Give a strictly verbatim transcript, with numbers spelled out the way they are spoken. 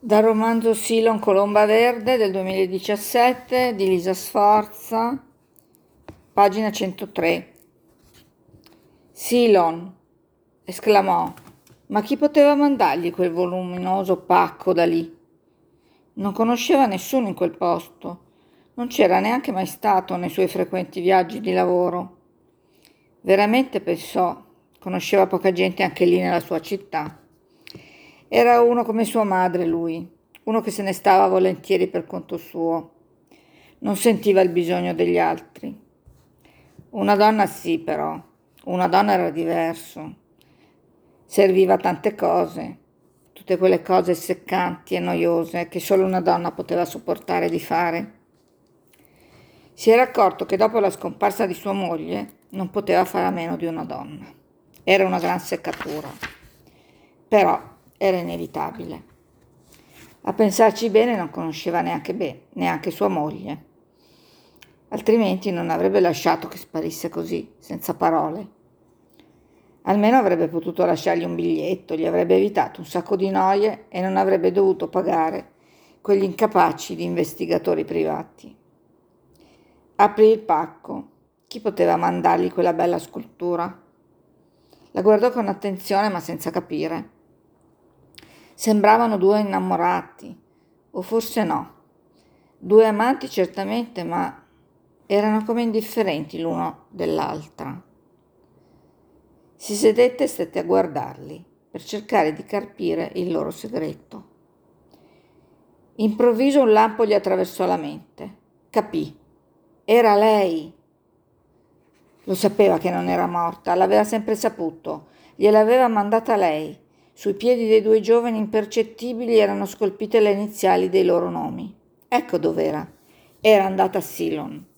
Dal romanzo Silon Colomba Verde del duemiladiciassette di Lisa Sforza, pagina centotré. Silon, esclamò, ma chi poteva mandargli quel voluminoso pacco da lì? Non conosceva nessuno in quel posto, non c'era neanche mai stato nei suoi frequenti viaggi di lavoro. Veramente pensò, conosceva poca gente anche lì nella sua città. Era uno come sua madre lui, uno che se ne stava volentieri per conto suo. Non sentiva il bisogno degli altri. Una donna sì, però. Una donna era diverso. Serviva a tante cose, tutte quelle cose seccanti e noiose che solo una donna poteva sopportare di fare. Si era accorto che dopo la scomparsa di sua moglie non poteva fare a meno di una donna. Era una gran seccatura. Però era inevitabile. A pensarci bene non conosceva neanche bene, neanche sua moglie. Altrimenti non avrebbe lasciato che sparisse così, senza parole. Almeno avrebbe potuto lasciargli un biglietto, gli avrebbe evitato un sacco di noie e non avrebbe dovuto pagare quegli incapaci di investigatori privati. Aprì il pacco. Chi poteva mandargli quella bella scultura? La guardò con attenzione ma senza capire. Sembravano due innamorati, o forse no. Due amanti certamente, ma erano come indifferenti l'uno dell'altra. Si sedette e stette a guardarli per cercare di carpire il loro segreto. Improvviso un lampo gli attraversò la mente. Capì. Era lei. Lo sapeva che non era morta, l'aveva sempre saputo. Gliel'aveva mandata lei. Sui piedi dei due giovani impercettibili erano scolpite le iniziali dei loro nomi. Ecco dov'era. Era andata a Silon.